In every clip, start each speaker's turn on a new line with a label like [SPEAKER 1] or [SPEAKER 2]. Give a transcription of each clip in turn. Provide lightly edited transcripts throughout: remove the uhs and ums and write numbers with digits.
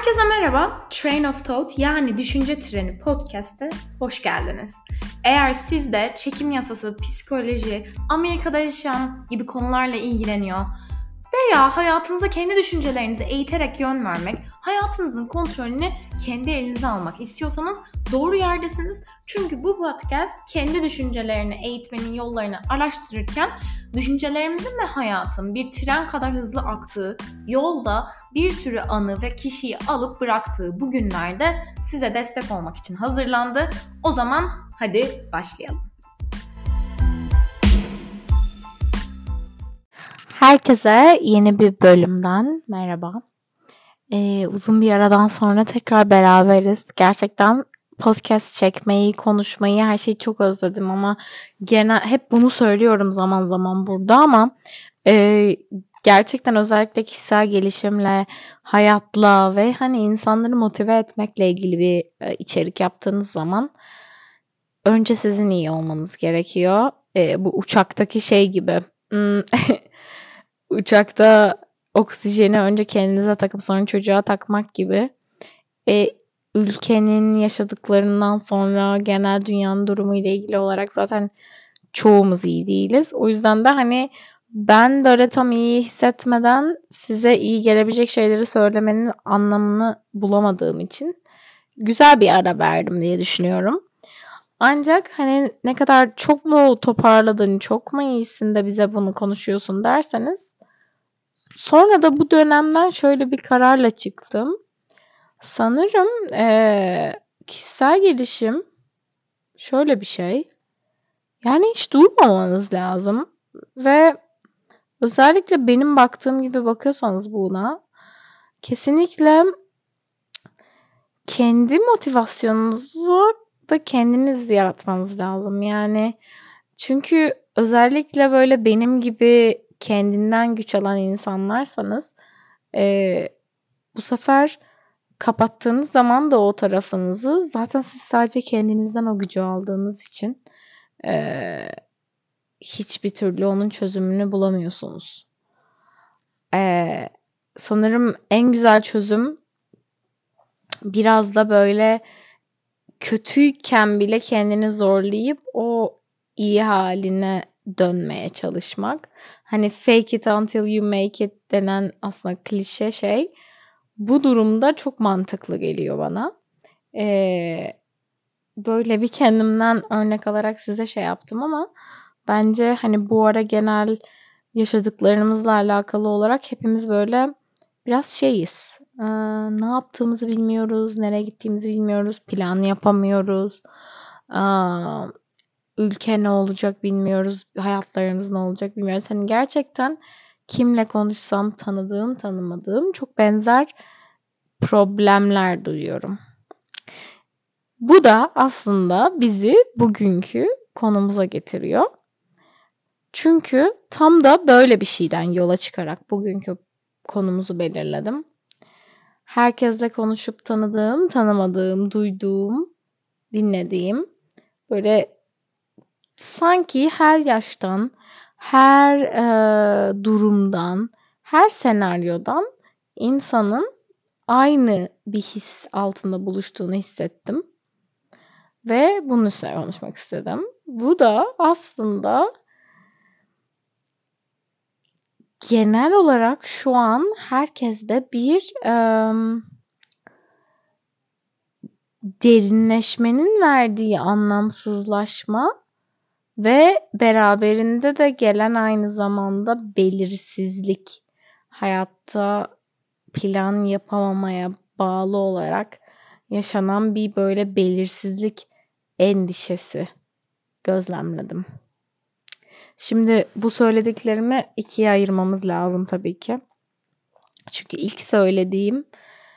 [SPEAKER 1] Herkese merhaba. Train of Thought yani Düşünce Treni podcast'e hoş geldiniz. Eğer siz de çekim yasası, psikoloji, Amerika'da yaşam gibi konularla ilgileniyor veya hayatınıza kendi düşüncelerinizi eğiterek yön vermek, hayatınızın kontrolünü kendi elinize almak istiyorsanız doğru yerdesiniz. Çünkü bu podcast kendi düşüncelerini eğitmenin yollarını araştırırken düşüncelerimizin ve hayatın bir tren kadar hızlı aktığı, yolda bir sürü anı ve kişiyi alıp bıraktığı bu günlerde size destek olmak için hazırlandı. O zaman hadi başlayalım.
[SPEAKER 2] Herkese yeni bir bölümden merhaba. Uzun bir aradan sonra tekrar beraberiz. Gerçekten podcast çekmeyi, konuşmayı, her şeyi çok özledim ama hep bunu söylüyorum zaman zaman burada ama gerçekten özellikle kişisel gelişimle, hayatla ve hani insanları motive etmekle ilgili bir içerik yaptığınız zaman önce sizin iyi olmanız gerekiyor. Bu uçaktaki şey gibi. Uçakta oksijeni önce kendinize takıp sonra çocuğa takmak gibi. Ülkenin yaşadıklarından sonra genel dünyanın durumu ile ilgili olarak zaten çoğumuz iyi değiliz. O yüzden de hani ben böyle tam iyi hissetmeden size iyi gelebilecek şeyleri söylemenin anlamını bulamadığım için güzel bir ara verdim diye düşünüyorum. Ancak hani ne kadar çok mu toparladın, çok mu iyisin de bize bunu konuşuyorsun derseniz sonra da bu dönemden şöyle bir kararla çıktım. Sanırım kişisel gelişim şöyle bir şey. Yani hiç durmamanız lazım. Ve özellikle benim baktığım gibi bakıyorsanız buna kesinlikle kendi motivasyonunuzu da kendiniz yaratmanız lazım. Yani çünkü özellikle böyle benim gibi kendinden güç alan insanlarsanız bu sefer kapattığınız zaman da o tarafınızı zaten siz sadece kendinizden o gücü aldığınız için hiçbir türlü onun çözümünü bulamıyorsunuz. Sanırım en güzel çözüm biraz da böyle kötüyken bile kendini zorlayıp o iyi haline dönmeye çalışmak. Hani fake it until you make it denen aslında klişe şey. Bu durumda çok mantıklı geliyor bana. Böyle bir kendimden örnek alarak size şey yaptım ama bence hani bu ara genel yaşadıklarımızla alakalı olarak hepimiz böyle biraz şeyiz. Ne yaptığımızı bilmiyoruz, nereye gittiğimizi bilmiyoruz, plan yapamıyoruz. Ülke ne olacak bilmiyoruz, hayatlarımız ne olacak bilmiyoruz. Hani gerçekten kimle konuşsam tanıdığım, tanımadığım çok benzer problemler duyuyorum. Bu da aslında bizi bugünkü konumuza getiriyor. Çünkü tam da böyle bir şeyden yola çıkarak bugünkü konumuzu belirledim. Herkesle konuşup tanıdığım, tanımadığım, duyduğum, dinlediğim böyle sanki her yaştan, her durumdan, her senaryodan insanın aynı bir his altında buluştuğunu hissettim. Ve bunun üstüne konuşmak istedim. Bu da aslında genel olarak şu an herkeste bir derinleşmenin verdiği anlamsızlaşma ve beraberinde de gelen aynı zamanda belirsizlik, hayatta plan yapamamaya bağlı olarak yaşanan bir böyle belirsizlik endişesi gözlemledim. Şimdi bu söylediklerimi ikiye ayırmamız lazım tabii ki. Çünkü ilk söylediğim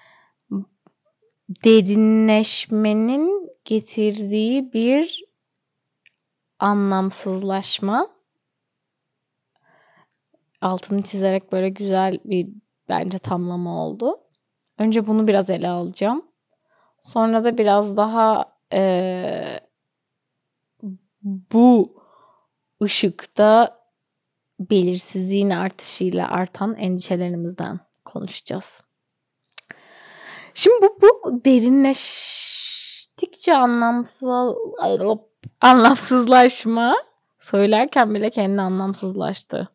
[SPEAKER 2] derinleşmenin getirdiği bir anlamsızlaşma. Altını çizerek böyle güzel bir bence tamlama oldu. Önce bunu biraz ele alacağım. Sonra da biraz daha bu ışıkta belirsizliğin artışıyla artan endişelerimizden konuşacağız. Şimdi bu derinleştikçe anlamsızlaşma, söylerken bile kendi anlamsızlaştı.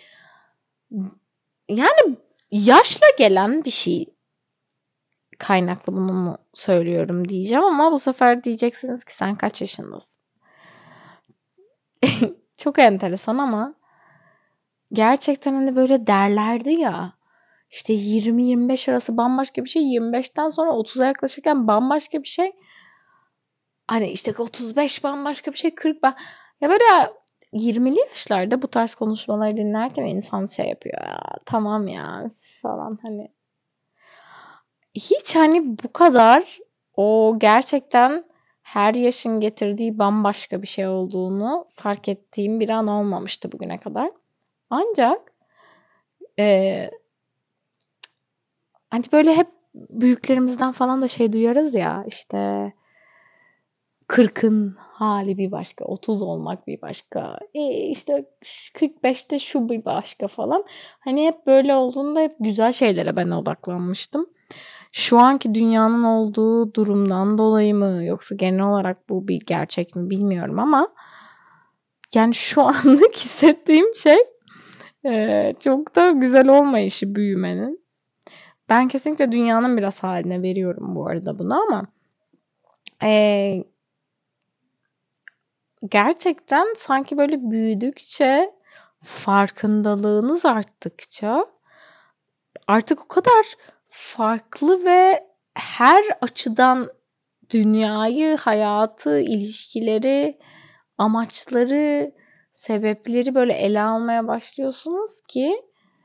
[SPEAKER 2] Yani yaşla gelen bir şey kaynaklı bunu mu söylüyorum diyeceğim ama bu sefer diyeceksiniz ki sen kaç yaşındasın? Çok enteresan ama gerçekten hani böyle derlerdi ya, işte 20-25 arası bambaşka bir şey, 25'ten sonra 30'a yaklaşırken bambaşka bir şey. Hani işte 35 bambaşka bir şey, 40 ya böyle 20'li yaşlarda bu tarz konuşmaları dinlerken insan şey yapıyor ya, tamam ya falan hani. Hiç hani bu kadar o gerçekten her yaşın getirdiği bambaşka bir şey olduğunu fark ettiğim bir an olmamıştı bugüne kadar. Ancak hani böyle hep büyüklerimizden falan da şey duyarız ya, işte 40'ın hali bir başka, 30 olmak bir başka, işte 45'te şu bir başka falan. Hani hep böyle olduğunda hep güzel şeylere ben odaklanmıştım. Şu anki dünyanın olduğu durumdan dolayı mı yoksa genel olarak bu bir gerçek mi bilmiyorum ama yani şu anlık hissettiğim şey çok da güzel olmayışı büyümenin. Ben kesinlikle dünyanın biraz haline veriyorum bu arada bunu ama gerçekten sanki böyle büyüdükçe, farkındalığınız arttıkça artık o kadar farklı ve her açıdan dünyayı, hayatı, ilişkileri, amaçları, sebepleri böyle ele almaya başlıyorsunuz ki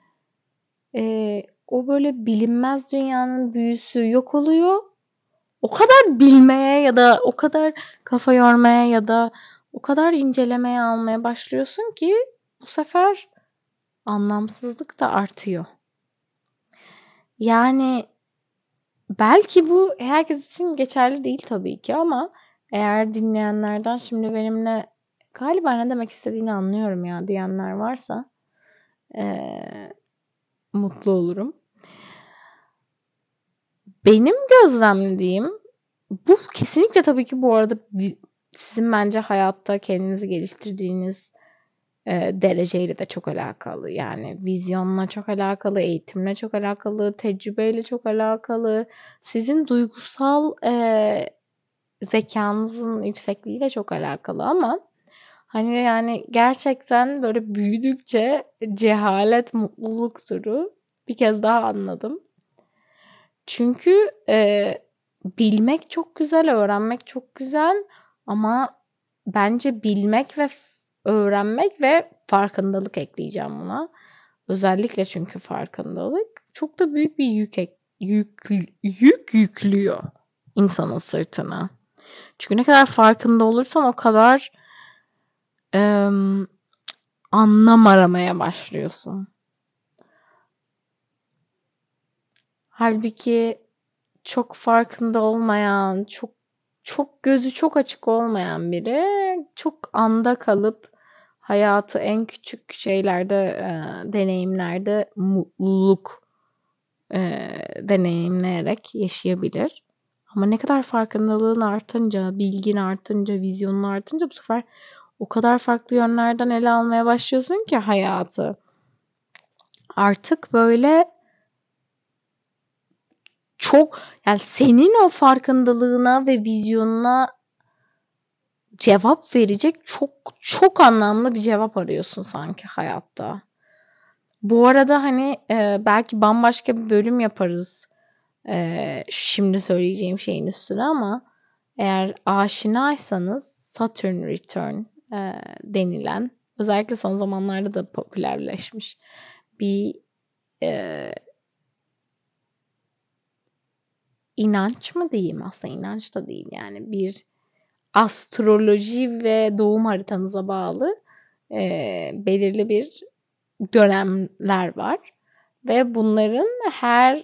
[SPEAKER 2] o böyle bilinmez dünyanın büyüsü yok oluyor. O kadar bilmeye ya da o kadar kafa yormaya ya da o kadar incelemeye almaya başlıyorsun ki bu sefer anlamsızlık da artıyor. Yani belki bu herkes için geçerli değil tabii ki ama eğer dinleyenlerden şimdi benimle galiba ne demek istediğini anlıyorum ya diyenler varsa mutlu olurum. Benim gözlemlediğim bu kesinlikle tabii ki bu arada sizin bence hayatta kendinizi geliştirdiğiniz dereceyle de çok alakalı. Yani vizyonla çok alakalı, eğitimle çok alakalı, tecrübeyle çok alakalı. Sizin duygusal zekanızın yüksekliğiyle çok alakalı ama hani yani gerçekten böyle büyüdükçe cehalet mutluluktur'u bir kez daha anladım. Çünkü bilmek çok güzel, öğrenmek çok güzel ama bence bilmek ve öğrenmek ve farkındalık ekleyeceğim buna. Özellikle çünkü farkındalık çok da büyük bir yük yüklüyor insanın sırtına. Çünkü ne kadar farkında olursan o kadar anlam aramaya başlıyorsun. Halbuki çok farkında olmayan, çok gözü çok açık olmayan biri çok anda kalıp hayatı en küçük şeylerde, deneyimlerde mutluluk deneyimleyerek yaşayabilir. Ama ne kadar farkındalığın artınca, bilgin artınca, vizyonun artınca bu sefer o kadar farklı yönlerden ele almaya başlıyorsun ki hayatı. Artık böyle çok, yani senin o farkındalığına ve vizyonuna cevap verecek çok çok anlamlı bir cevap arıyorsun sanki hayatta. Bu arada hani belki bambaşka bir bölüm yaparız şimdi söyleyeceğim şeyin üstüne ama eğer aşinaysanız Saturn Return denilen, özellikle son zamanlarda da popülerleşmiş bir inanç mı diyeyim, aslında inanç da değil yani, bir astroloji ve doğum haritanıza bağlı belirli bir dönemler var ve bunların her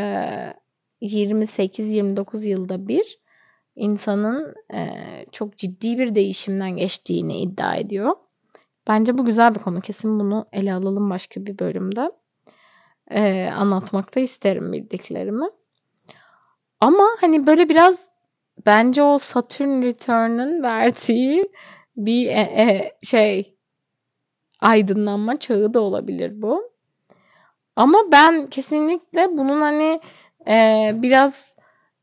[SPEAKER 2] 28-29 yılda bir insanın çok ciddi bir değişimden geçtiğini iddia ediyor. Bence bu güzel bir konu. Kesin bunu ele alalım başka bir bölümde. Anlatmak da isterim bildiklerimi. Ama hani böyle biraz bence o Saturn Return'un verdiği bir aydınlanma çağı da olabilir bu. Ama ben kesinlikle bunun hani biraz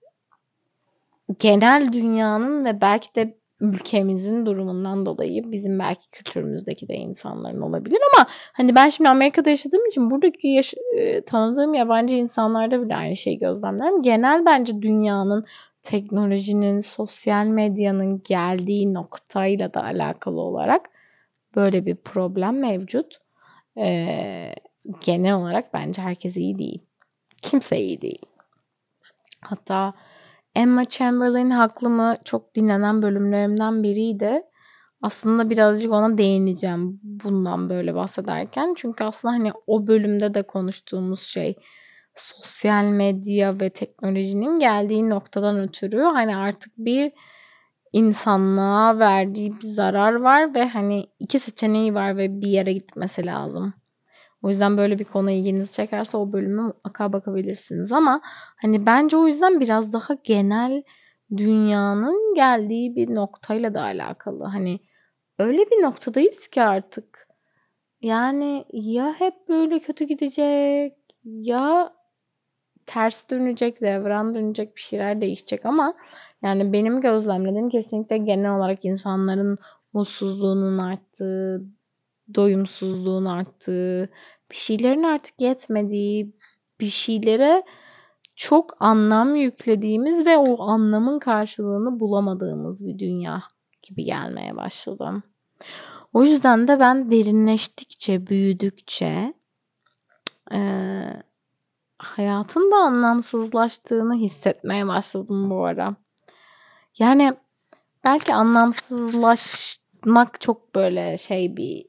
[SPEAKER 2] genel dünyanın ve belki de ülkemizin durumundan dolayı bizim belki kültürümüzdeki de insanların olabilir ama hani ben şimdi Amerika'da yaşadığım için buradaki tanıdığım yabancı insanlarda bile aynı şeyi gözlemlerim. Genel bence dünyanın, teknolojinin, sosyal medyanın geldiği noktayla da alakalı olarak böyle bir problem mevcut. Genel olarak bence herkes iyi değil. Kimse iyi değil. Hatta Emma Chamberlain haklı mı? Çok dinlenen bölümlerimden biriydi. Aslında birazcık ona değineceğim bundan böyle bahsederken. Çünkü aslında hani o bölümde de konuştuğumuz şey sosyal medya ve teknolojinin geldiği noktadan ötürü hani artık bir insanlığa verdiği bir zarar var ve hani iki seçeneği var ve bir yere gitmesi lazım. O yüzden böyle bir konu ilginizi çekerse o bölüme mutlaka bakabilirsiniz. Ama hani bence o yüzden biraz daha genel dünyanın geldiği bir noktayla da alakalı. Hani öyle bir noktadayız ki artık. Yani ya hep böyle kötü gidecek ya ters dönecek, devran dönecek, bir şeyler değişecek ama yani benim gözlemlediğim kesinlikle genel olarak insanların mutsuzluğunun arttığı, doyumsuzluğun arttığı, bir şeylerin artık yetmediği, bir şeylere çok anlam yüklediğimiz ve o anlamın karşılığını bulamadığımız bir dünya gibi gelmeye başladı. O yüzden de ben derinleştikçe, büyüdükçe hayatın da anlamsızlaştığını hissetmeye başladım bu ara. Yani belki anlamsızlaşmak çok böyle şey bir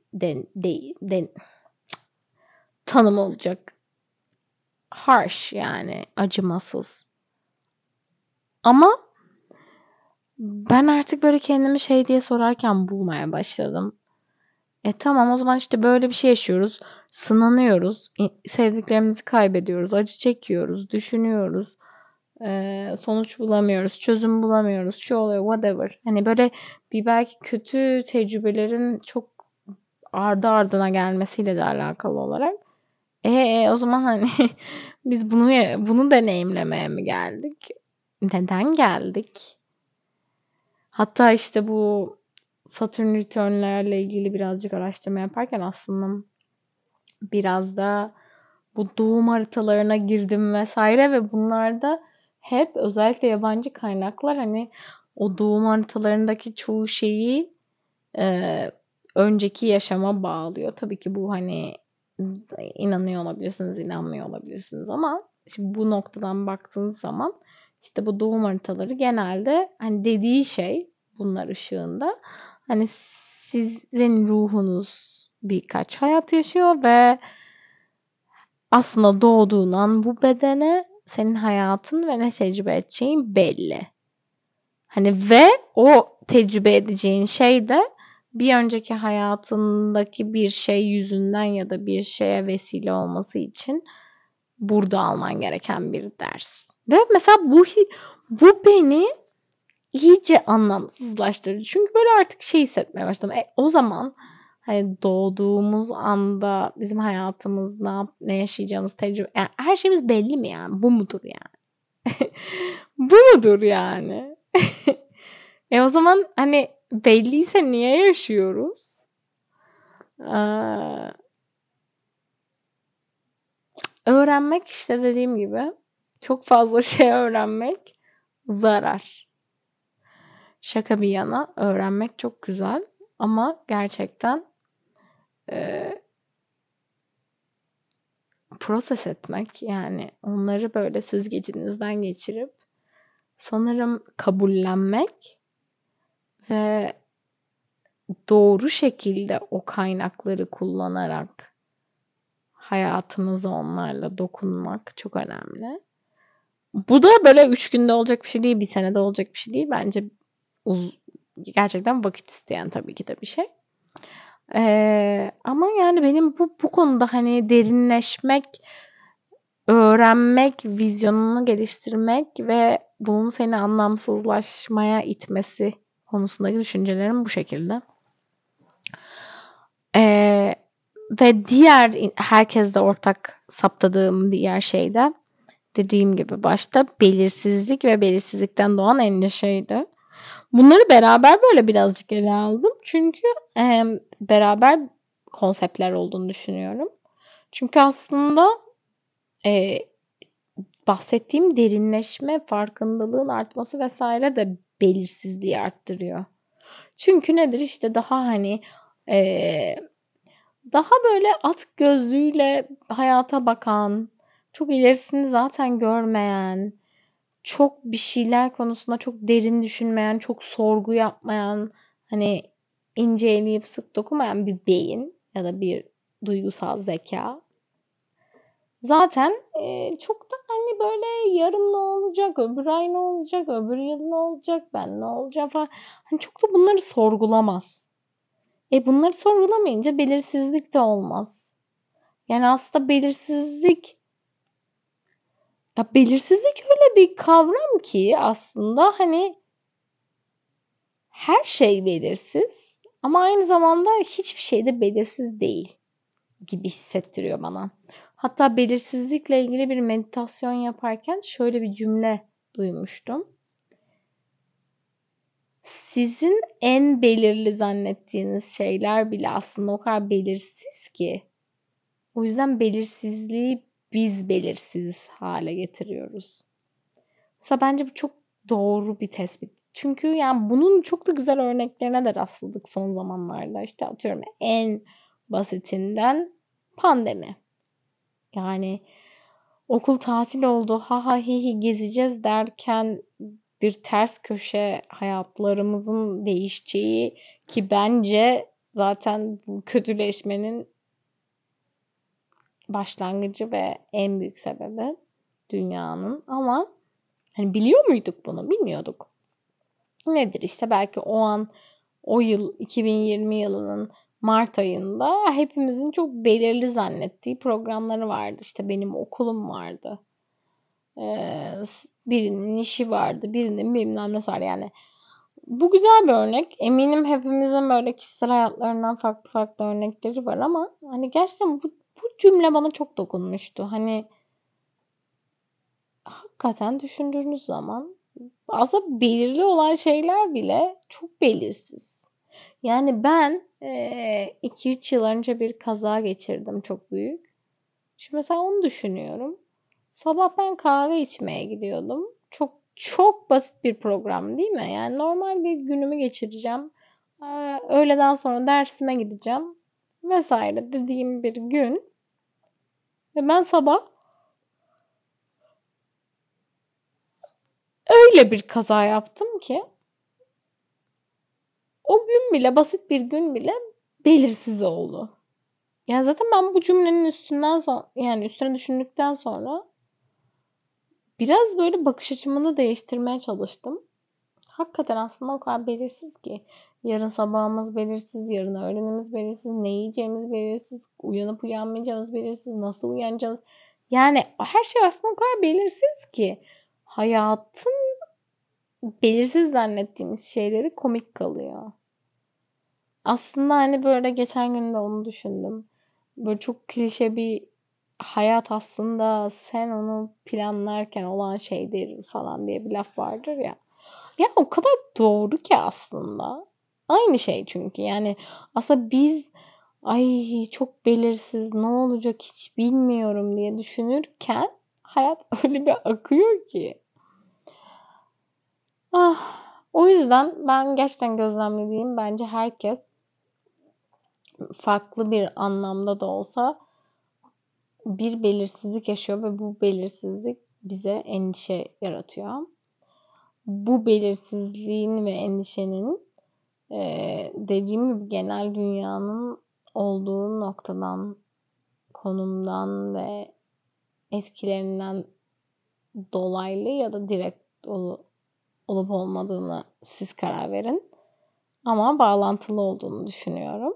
[SPEAKER 2] tanım olacak. Harsh yani acımasız. Ama ben artık böyle kendimi şey diye sorarken bulmaya başladım. Tamam o zaman işte böyle bir şey yaşıyoruz. Sınanıyoruz. Sevdiklerimizi kaybediyoruz. Acı çekiyoruz. Düşünüyoruz. Sonuç bulamıyoruz. Çözüm bulamıyoruz. Şu oluyor whatever. Hani böyle bir belki kötü tecrübelerin çok ardı ardına gelmesiyle de alakalı olarak. O zaman hani biz bunu deneyimlemeye mi geldik? Neden geldik? Hatta işte bu Saturn Return'lerle ilgili birazcık araştırma yaparken aslında biraz da bu doğum haritalarına girdim vesaire ve bunlarda hep özellikle yabancı kaynaklar hani o doğum haritalarındaki çoğu şeyi önceki yaşama bağlıyor. Tabii ki bu hani inanıyor olabilirsiniz, inanmıyor olabilirsiniz ama şimdi bu noktadan baktığınız zaman işte bu doğum haritaları genelde hani dediği şey bunlar ışığında hani sizin ruhunuz birkaç hayat yaşıyor ve aslında doğduğun an bu bedene senin hayatın ve ne tecrübe edeceğin belli. Hani ve o tecrübe edeceğin şey de bir önceki hayatındaki bir şey yüzünden ya da bir şeye vesile olması için burada alman gereken bir ders. Ve mesela bu beni iyice anlamsızlaştırdı. Çünkü böyle artık şey hissetmeye başladım. O zaman hani doğduğumuz anda bizim hayatımız ne yaşayacağımız tecrübe yani her şeyimiz belli mi yani? Bu mudur yani? Bu mudur yani? O zaman hani belliyse niye yaşıyoruz? Öğrenmek işte dediğim gibi çok fazla şey öğrenmek zarar. Şaka bir yana öğrenmek çok güzel ama gerçekten proses etmek yani onları böyle süzgecinizden geçirip sanırım kabullenmek ve doğru şekilde o kaynakları kullanarak hayatınıza onlarla dokunmak çok önemli. Bu da böyle 3 günde olacak bir şey değil, bir senede olacak bir şey değil. Bence gerçekten vakit isteyen tabii ki de bir şey. Ama yani benim bu konuda hani derinleşmek öğrenmek, vizyonunu geliştirmek ve bunun seni anlamsızlaşmaya itmesi konusundaki düşüncelerim bu şekilde. Ve diğer herkesle ortak saptadığım diğer şey de dediğim gibi başta belirsizlik ve belirsizlikten doğan endişeydi. Bunları beraber böyle birazcık ele aldım. Çünkü beraber konseptler olduğunu düşünüyorum. Çünkü aslında bahsettiğim derinleşme, farkındalığın artması vesaire de belirsizliği arttırıyor. Çünkü nedir işte daha daha böyle at gözlüğüyle hayata bakan, çok ilerisini zaten görmeyen, çok bir şeyler konusunda çok derin düşünmeyen, çok sorgu yapmayan, ince eleyip sık dokumayan bir beyin ya da bir duygusal zeka. Zaten çok da böyle yarın ne olacak, öbür ay ne olacak, öbür yıl ne olacak, ben ne olacağım falan. Çok da bunları sorgulamaz. Bunları sorgulamayınca belirsizlik de olmaz. Yani aslında belirsizlik öyle bir kavram ki aslında her şey belirsiz ama aynı zamanda hiçbir şey de belirsiz değil gibi hissettiriyor bana. Hatta belirsizlikle ilgili bir meditasyon yaparken şöyle bir cümle duymuştum. Sizin en belirli zannettiğiniz şeyler bile aslında o kadar belirsiz ki. O yüzden belirsizliği biz belirsiz hale getiriyoruz. Mesela bence bu çok doğru bir tespit. Çünkü yani bunun çok da güzel örneklerine de rastladık son zamanlarda. İşte atıyorum en basitinden pandemi. Yani okul tatil oldu, ha ha hi hi gezeceğiz derken bir ters köşe hayatlarımızın değişeceği ki bence zaten bu kötüleşmenin başlangıcı ve en büyük sebebi dünyanın. Ama biliyor muyduk bunu? Bilmiyorduk. Nedir işte belki o yıl 2020 yılının Mart ayında hepimizin çok belirli zannettiği programları vardı. İşte benim okulum vardı. Birinin işi vardı. Birinin bilmem nesi vardı. Yani bu güzel bir örnek. Eminim hepimizin böyle kişisel hayatlarından farklı farklı örnekleri var ama gerçekten bu cümle bana çok dokunmuştu. Hakikaten düşündüğünüz zaman aslında belirli olan şeyler bile çok belirsiz. Yani ben 2-3 yıl önce bir kaza geçirdim çok büyük. Şimdi mesela onu düşünüyorum. Sabah ben kahve içmeye gidiyordum. Çok çok basit bir program değil mi? Yani normal bir günümü geçireceğim. Öğleden sonra dersime gideceğim vesaire dediğim bir gün. Ve ben sabah öyle bir kaza yaptım ki o gün bile, basit bir gün bile belirsiz oldu. Yani zaten ben bu cümlenin üstüne düşündükten sonra biraz böyle bakış açımı da değiştirmeye çalıştım. Hakikaten aslında o kadar belirsiz ki. Yarın sabahımız belirsiz, yarın öğlenimiz belirsiz, ne yiyeceğimiz belirsiz, uyanıp uyanmayacağımız belirsiz, nasıl uyanacağız. Yani her şey aslında o kadar belirsiz ki. Hayatın belirsiz zannettiğimiz şeyleri komik kalıyor. Aslında böyle geçen gün de onu düşündüm. Böyle çok klişe bir hayat aslında sen onu planlarken olan şeydir falan diye bir laf vardır ya. Ya o kadar doğru ki aslında. Aynı şey çünkü. Yani aslında biz ay çok belirsiz ne olacak hiç bilmiyorum diye düşünürken hayat öyle bir akıyor ki. O yüzden ben gerçekten gözlemlediğim bence herkes farklı bir anlamda da olsa bir belirsizlik yaşıyor ve bu belirsizlik bize endişe yaratıyor. Bu belirsizliğin ve endişenin dediğim gibi genel dünyanın olduğu noktadan, konumdan ve etkilerinden dolaylı ya da direkt olup olmadığını siz karar verin. Ama bağlantılı olduğunu düşünüyorum.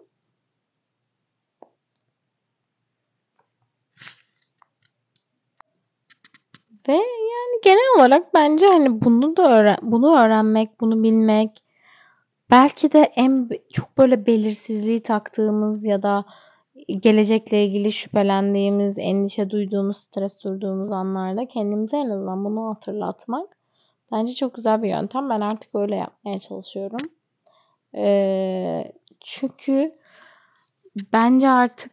[SPEAKER 2] Ve yani genel olarak bence hani bunu öğrenmek, bunu bilmek, belki de çok böyle belirsizliği taktığımız ya da gelecekle ilgili şüphelendiğimiz, endişe duyduğumuz, stres duyduğumuz anlarda kendimize en azından bunu hatırlatmak bence çok güzel bir yöntem. Ben artık öyle yapmaya çalışıyorum. Çünkü bence artık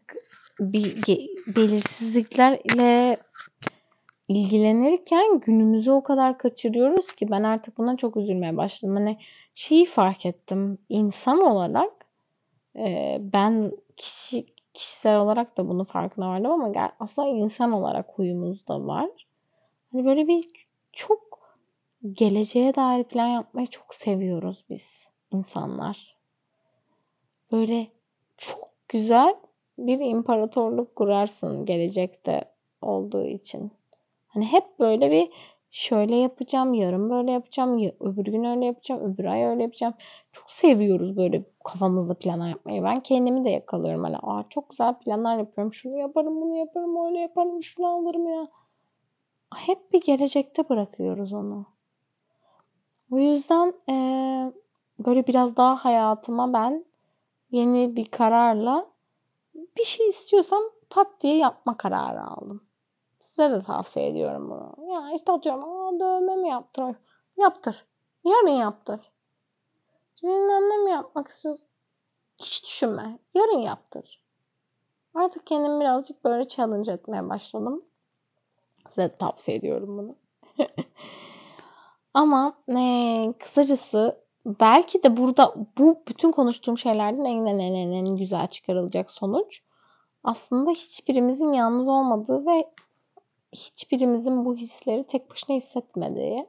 [SPEAKER 2] belirsizliklerle ilgilenirken günümüzü o kadar kaçırıyoruz ki ben artık buna çok üzülmeye başladım. Hani şeyi fark ettim. İnsan olarak ben kişisel olarak da bunun farkına vardım ama aslında insan olarak huyumuz da var. Hani böyle bir çok geleceğe dair plan yapmayı çok seviyoruz biz insanlar. Böyle çok güzel bir imparatorluk kurarsın gelecekte olduğu için. Hani hep böyle bir şöyle yapacağım, yarın böyle yapacağım, öbür gün öyle yapacağım, öbür ay öyle yapacağım. Çok seviyoruz böyle kafamızda planlar yapmayı. Ben kendimi de yakalıyorum. Hani çok güzel planlar yapıyorum. Şunu yaparım, bunu yaparım, öyle yaparım, şunu alırım ya. Hep bir gelecekte bırakıyoruz onu. O yüzden böyle biraz daha hayatıma ben yeni bir kararla bir şey istiyorsam pat diye yapma kararı aldım. Size de tavsiye ediyorum bunu. Ya işte atıyorum dövme mi yaptır? Yaptır. Yarın yaptır. Bilmem ne mi yapmak istiyorsun? Hiç düşünme. Yarın yaptır. Artık kendimi birazcık böyle challenge etmeye başladım. Size de tavsiye ediyorum bunu. Ama kısacası belki de burada bu bütün konuştuğum şeylerden en güzel çıkarılacak sonuç aslında hiçbirimizin yalnız olmadığı ve hiçbirimizin bu hisleri tek başına hissetmediği.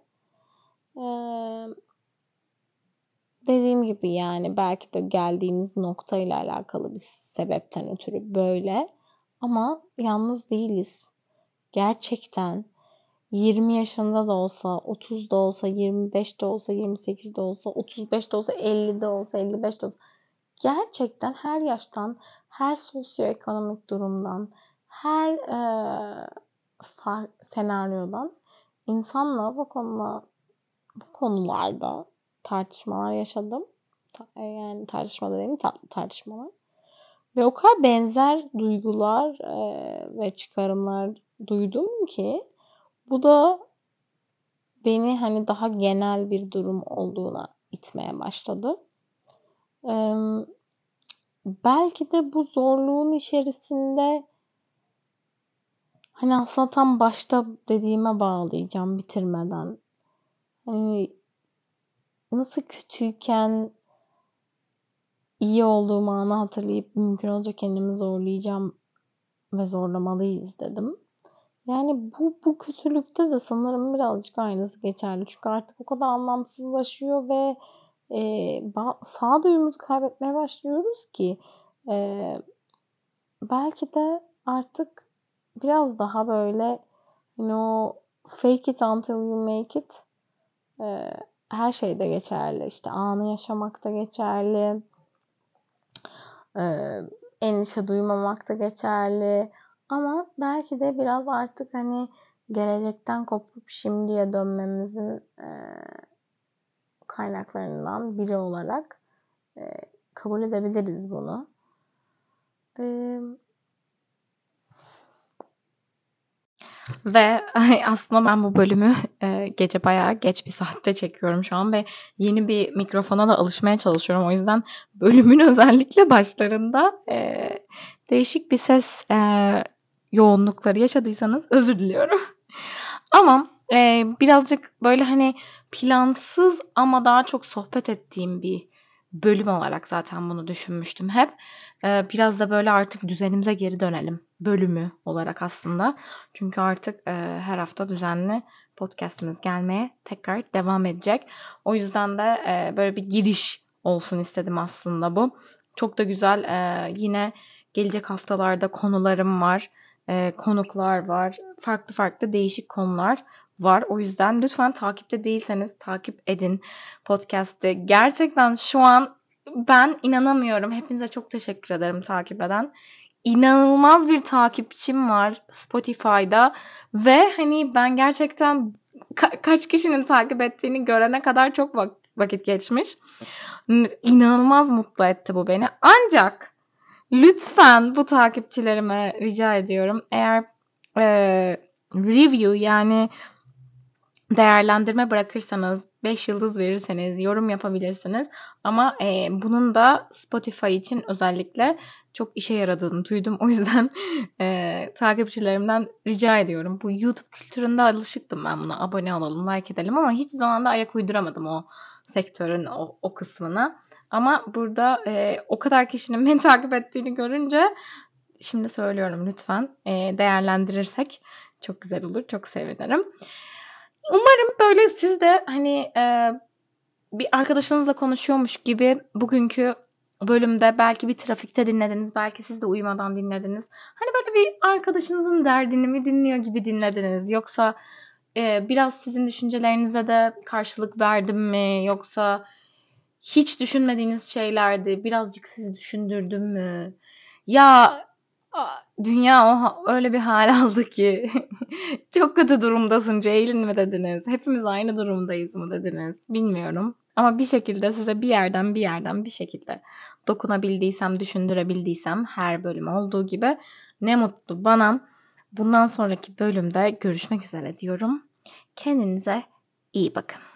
[SPEAKER 2] Dediğim gibi yani belki de geldiğimiz noktayla alakalı bir sebepten ötürü böyle. Ama yalnız değiliz. Gerçekten 20 yaşında da olsa, 30'da olsa, 25'te olsa, 28'de olsa, 35'te olsa, 50'de olsa, 55'te olsa. Gerçekten her yaştan, her sosyoekonomik durumdan, her senaryodan insanla bu konularda tartışmalar yaşadım. Yani tartışma dediğim tatlı tartışmalar. Ve o kadar benzer duygular ve çıkarımlar duydum ki bu da beni hani daha genel bir durum olduğuna itmeye başladı. Belki de bu zorluğun içerisinde hani aslında tam başta dediğime bağlayacağım bitirmeden. Hani nasıl kötüyken iyi olduğum anı hatırlayıp mümkün olacak kendimi zorlayacağım ve zorlamalıyız dedim. Yani bu kötülükte de sanırım birazcık aynısı geçerli. Çünkü artık o kadar anlamsızlaşıyor ve sağduyumuzu kaybetmeye başlıyoruz ki belki de artık biraz daha böyle o fake it until you make it her şeyde geçerli. İşte anı yaşamak da geçerli. Endişe duymamak da geçerli. Ama belki de biraz artık hani gelecekten kopup şimdiye dönmemizin kaynaklarından biri olarak kabul edebiliriz bunu. Ve aslında ben bu bölümü gece bayağı geç bir saatte çekiyorum şu an ve yeni bir mikrofona da alışmaya çalışıyorum. O yüzden bölümün özellikle başlarında değişik bir ses yoğunlukları yaşadıysanız özür diliyorum. Ama birazcık böyle hani plansız ama daha çok sohbet ettiğim bir bölüm olarak zaten bunu düşünmüştüm hep. Biraz da böyle artık düzenimize geri dönelim bölümü olarak aslında. Çünkü artık her hafta düzenli podcastimiz gelmeye tekrar devam edecek. O yüzden de böyle bir giriş olsun istedim aslında bu. Çok da güzel yine gelecek haftalarda konularım var. Konuklar var. Farklı farklı değişik konular var. O yüzden lütfen takipte değilseniz takip edin podcast'ı. Gerçekten şu an ben inanamıyorum. Hepinize çok teşekkür ederim takip eden. inanılmaz bir takipçim var Spotify'da ve hani ben gerçekten kaç kişinin takip ettiğini görene kadar çok vakit geçmiş. İnanılmaz mutlu etti bu beni. Ancak lütfen bu takipçilerime rica ediyorum. Eğer review yani değerlendirme bırakırsanız, 5 yıldız verirseniz, yorum yapabilirsiniz. Ama bunun da Spotify için özellikle çok işe yaradığını duydum. O yüzden takipçilerimden rica ediyorum. Bu YouTube kültüründe alışıktım ben buna. Abone olalım, like edelim ama hiçbir zaman da ayak uyduramadım o sektörün o kısmına. Ama burada o kadar kişinin beni takip ettiğini görünce şimdi söylüyorum, lütfen değerlendirirsek çok güzel olur. Çok sevinirim. Umarım böyle siz de hani bir arkadaşınızla konuşuyormuş gibi bugünkü bölümde belki bir trafikte dinlediniz, belki siz de uyumadan dinlediniz. Hani böyle bir arkadaşınızın derdini mi dinliyor gibi dinlediniz. Yoksa biraz sizin düşüncelerinize de karşılık verdim mi? Yoksa hiç düşünmediğiniz şeylerdi, birazcık sizi düşündürdüm mü? Ya dünya öyle bir hal aldı ki çok kötü durumdasın Ceylin mi dediniz? Hepimiz aynı durumdayız mı dediniz? Bilmiyorum. Ama bir şekilde size bir yerden bir şekilde dokunabildiysem, düşündürebildiysem her bölüm olduğu gibi ne mutlu bana. Bundan sonraki bölümde görüşmek üzere diyorum. Kendinize iyi bakın.